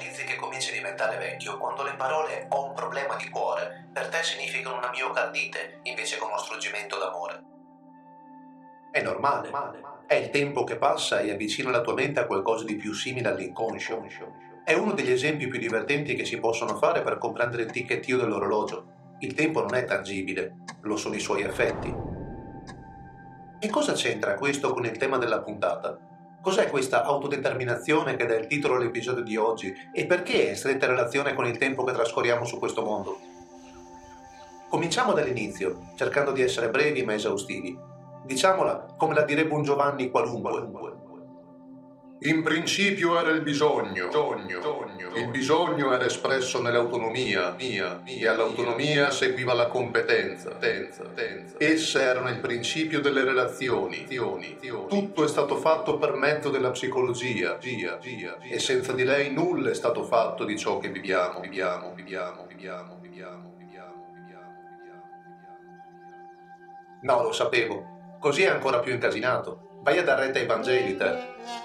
realizzi che cominci a diventare vecchio quando le parole "ho un problema di cuore" per te significano una miocardite invece che uno struggimento d'amore. È normale, è il tempo che passa e avvicina la tua mente a qualcosa di più simile all'inconscio. È uno degli esempi più divertenti che si possono fare per comprendere il ticchettio dell'orologio. Il tempo non è tangibile, lo sono i suoi effetti. E cosa c'entra questo con il tema della puntata? Cos'è questa autodeterminazione che dà il titolo all'episodio di oggi e perché è in stretta relazione con il tempo che trascorriamo su questo mondo? Cominciamo dall'inizio, cercando di essere brevi ma esaustivi. Diciamola come la direbbe un Giovanni qualunque. In principio era il bisogno. Il bisogno era espresso nell'autonomia, e all'autonomia seguiva la competenza. Esse erano il principio delle relazioni. Tutto è stato fatto per mezzo della psicologia, e senza di lei nulla è stato fatto di ciò che viviamo. No, lo sapevo. Così è ancora più incasinato. Vai a dar retta ai Vangeli, te.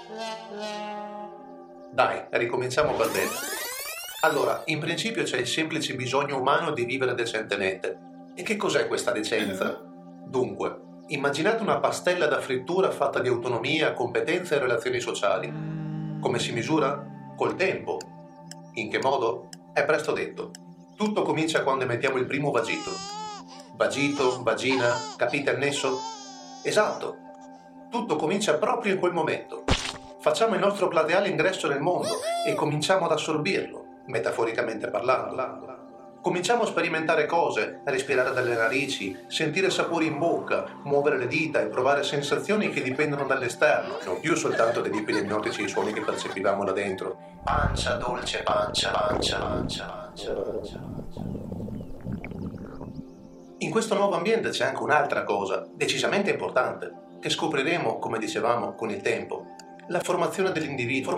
Dai, ricominciamo per bene. Allora, in principio c'è il semplice bisogno umano di vivere decentemente. E che cos'è questa decenza? Dunque, immaginate una pastella da frittura fatta di autonomia, competenze e relazioni sociali. Come si misura? Col tempo. In che modo? È presto detto. Tutto comincia quando emettiamo il primo vagito. Vagito, vagina, capite il nesso? Esatto. Tutto comincia proprio in quel momento. Facciamo il nostro plateale ingresso nel mondo e cominciamo ad assorbirlo, metaforicamente parlando. Cominciamo a sperimentare cose, a respirare dalle narici, sentire sapori in bocca, muovere le dita e provare sensazioni che dipendono dall'esterno, non più soltanto dai liquidi ipnotici e suoni che percepivamo là dentro. Pancia, dolce pancia. In questo nuovo ambiente c'è anche un'altra cosa, decisamente importante, che scopriremo, come dicevamo, con il tempo. La formazione dell'individuo.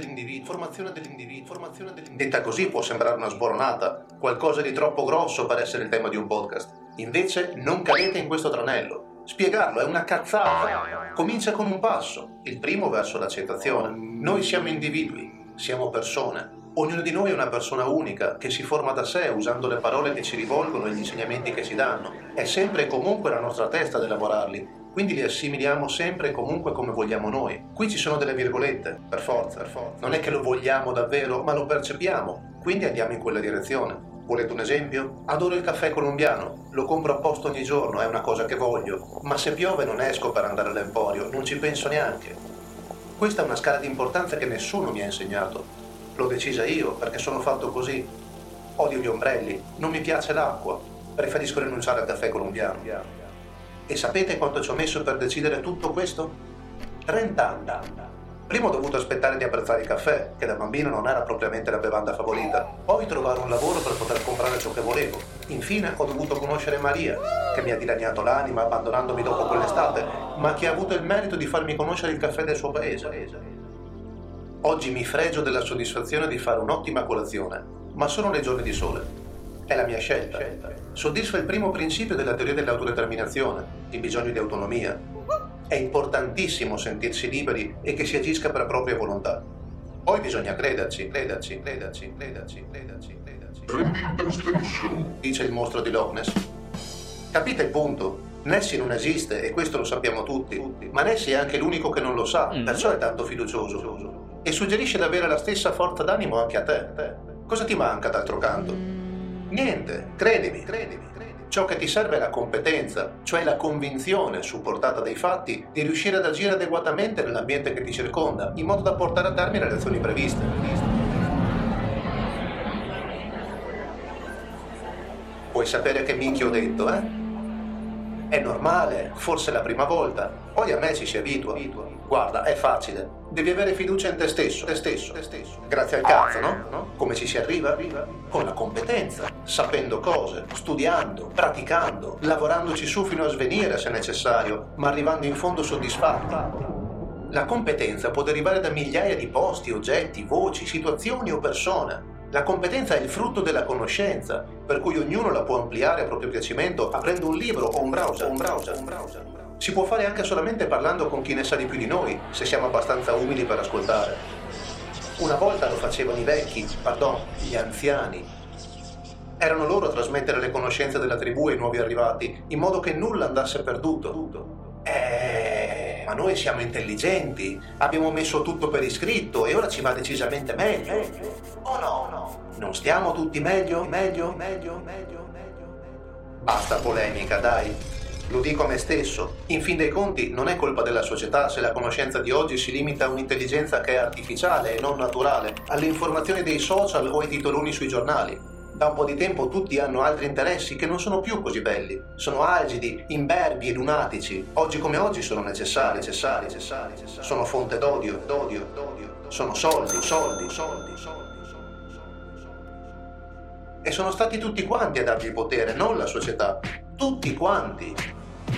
Detta così può sembrare una sboronata, qualcosa di troppo grosso per essere il tema di un podcast. Invece non cadete in questo tranello. Spiegarlo è una cazzata. Comincia con un passo, il primo verso l'accettazione. Noi siamo individui, siamo persone. Ognuno di noi è una persona unica, che si forma da sé usando le parole che ci rivolgono e gli insegnamenti che ci danno. È sempre e comunque la nostra testa ad elaborarli, quindi li assimiliamo sempre e comunque come vogliamo noi. Qui ci sono delle virgolette, per forza. Non è che lo vogliamo davvero, ma lo percepiamo, quindi andiamo in quella direzione. Volete un esempio? Adoro il caffè colombiano, lo compro apposta ogni giorno, è una cosa che voglio, ma se piove non esco per andare all'emporio, non ci penso neanche. Questa è una scala di importanza che nessuno mi ha insegnato. L'ho decisa io, perché sono fatto così. Odio gli ombrelli, non mi piace l'acqua, preferisco rinunciare al caffè colombiano. E sapete quanto ci ho messo per decidere tutto questo? 30 anni. Prima ho dovuto aspettare di apprezzare il caffè, che da bambino non era propriamente la bevanda favorita. Poi trovare un lavoro per poter comprare ciò che volevo. Infine ho dovuto conoscere Maria, che mi ha dilaniato l'anima abbandonandomi dopo quell'estate, ma che ha avuto il merito di farmi conoscere il caffè del suo paese. Oggi mi fregio della soddisfazione di fare un'ottima colazione, ma sono le giorni di sole. È la mia scelta. Soddisfa il primo principio della teoria dell'autodeterminazione, il bisogno di autonomia. È importantissimo sentirsi liberi e che si agisca per propria volontà. Poi bisogna crederci. Dice il mostro di Loch Ness. Capite il punto? Nessie non esiste e questo lo sappiamo tutti, ma Nessie è anche l'unico che non lo sa, perciò è tanto fiducioso. E suggerisce di avere la stessa forza d'animo anche a te. Cosa ti manca d'altro canto? Niente, credimi. Ciò che ti serve è la competenza, cioè la convinzione, supportata dai fatti, di riuscire ad agire adeguatamente nell'ambiente che ti circonda, in modo da portare a termine le azioni previste. Vuoi sapere che minchia ho detto, eh? È normale, forse è la prima volta, poi a me ci si abitua. Guarda, è facile, devi avere fiducia in te stesso. Grazie al cazzo, no? Come ci si arriva? Con la competenza, sapendo cose, studiando, praticando, lavorandoci su fino a svenire se necessario, ma arrivando in fondo soddisfatti. La competenza può derivare da migliaia di posti, oggetti, voci, situazioni o persone. La competenza è il frutto della conoscenza, per cui ognuno la può ampliare a proprio piacimento aprendo un libro o un browser. Si può fare anche solamente parlando con chi ne sa di più di noi, se siamo abbastanza umili per ascoltare. Una volta lo facevano i vecchi, gli anziani. Erano loro a trasmettere le conoscenze della tribù ai nuovi arrivati, in modo che nulla andasse perduto. Ma noi siamo intelligenti, abbiamo messo tutto per iscritto e ora ci va decisamente meglio. O no? Non stiamo tutti meglio? Basta polemica, dai. Lo dico a me stesso. In fin dei conti non è colpa della società se la conoscenza di oggi si limita a un'intelligenza che è artificiale e non naturale, alle informazioni dei social o ai titoloni sui giornali. Da un po' di tempo tutti hanno altri interessi che non sono più così belli. Sono algidi, imberbi e lunatici. Oggi come oggi sono necessari. Sono fonte d'odio. Sono soldi. E sono stati tutti quanti a dargli il potere, non la società. Tutti quanti.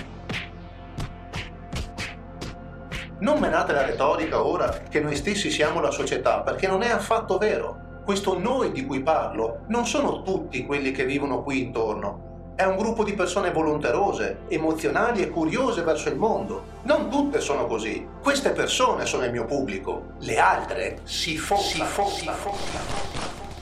Non menate la retorica ora che noi stessi siamo la società, perché non è affatto vero. Questo noi di cui parlo non sono tutti quelli che vivono qui intorno. È un gruppo di persone volonterose, emozionali e curiose verso il mondo. Non tutte sono così. Queste persone sono il mio pubblico. Le altre si fottano.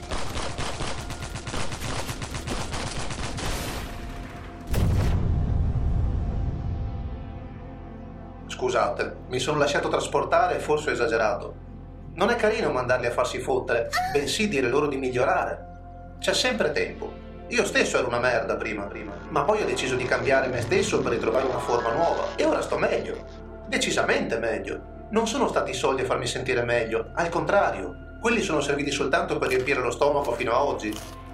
Scusate, mi sono lasciato trasportare e forse ho esagerato. Non è carino mandarli a farsi fottere, bensì dire loro di migliorare. C'è sempre tempo. Io stesso ero una merda prima, ma poi ho deciso di cambiare me stesso per ritrovare una forma nuova e ora sto meglio. Decisamente meglio. Non sono stati i soldi a farmi sentire meglio, al contrario, quelli sono serviti soltanto per riempire lo stomaco fino a oggi.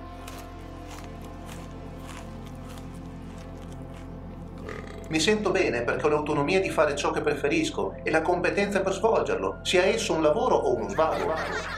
Mi sento bene perché ho l'autonomia di fare ciò che preferisco e la competenza per svolgerlo, sia esso un lavoro o uno svago.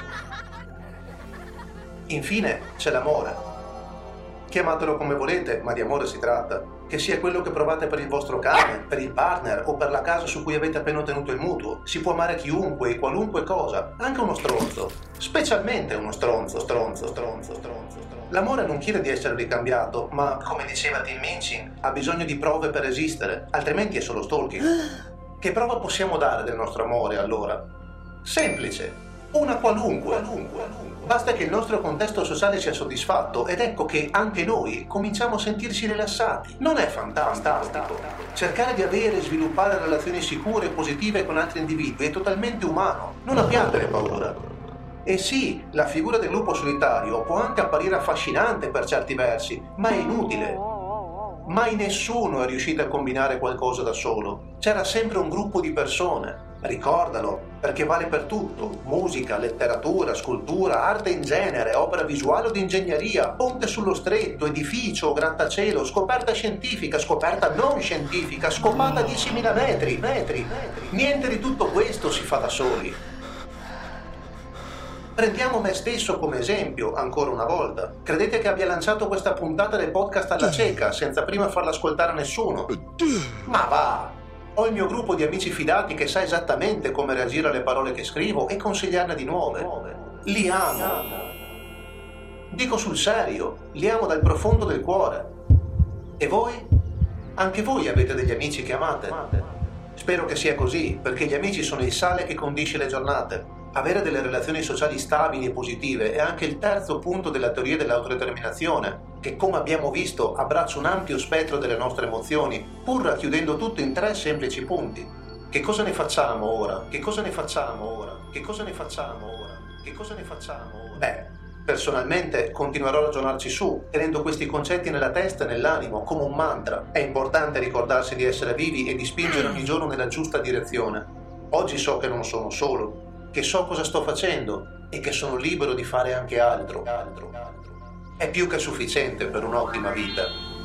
Infine c'è l'amore. Chiamatelo come volete, ma di amore si tratta. Che sia quello che provate per il vostro cane, per il partner o per la casa su cui avete appena ottenuto il mutuo. Si può amare chiunque e qualunque cosa, anche uno stronzo. Specialmente uno stronzo. L'amore non chiede di essere ricambiato, ma, come diceva Tim Minchin, ha bisogno di prove per esistere, altrimenti è solo stalking. Che prova possiamo dare del nostro amore, allora? Semplice, una qualunque. Basta che il nostro contesto sociale sia soddisfatto ed ecco che anche noi cominciamo a sentirci rilassati. Non è fantastico? Cercare di avere e sviluppare relazioni sicure e positive con altri individui è totalmente umano. Non abbiate paura. E sì, la figura del lupo solitario può anche apparire affascinante per certi versi, ma è inutile. Mai nessuno è riuscito a combinare qualcosa da solo. C'era sempre un gruppo di persone. Ricordalo, perché vale per tutto. Musica, letteratura, scultura, arte in genere, opera visuale o di ingegneria, ponte sullo stretto, edificio, grattacielo, scoperta scientifica, scoperta non scientifica, scopata a 10.000 metri. Niente di tutto questo si fa da soli. Prendiamo me stesso come esempio, ancora una volta. Credete che abbia lanciato questa puntata del podcast alla cieca, senza prima farla ascoltare a nessuno? Ma va! Ho il mio gruppo di amici fidati che sa esattamente come reagire alle parole che scrivo e consigliarne di nuove. Li amo. Dico sul serio, li amo dal profondo del cuore. E voi? Anche voi avete degli amici che amate? Spero che sia così, perché gli amici sono il sale che condisce le giornate. Avere delle relazioni sociali stabili e positive è anche il terzo punto della teoria dell'autodeterminazione, che come abbiamo visto abbraccia un ampio spettro delle nostre emozioni, pur racchiudendo tutto in 3 semplici punti. Che cosa ne facciamo ora? Beh, personalmente continuerò a ragionarci su, tenendo questi concetti nella testa e nell'animo come un mantra. È importante ricordarsi di essere vivi e di spingere ogni giorno nella giusta direzione. Oggi so che non sono solo, che so cosa sto facendo e che sono libero di fare anche altro. È più che sufficiente per un'ottima vita.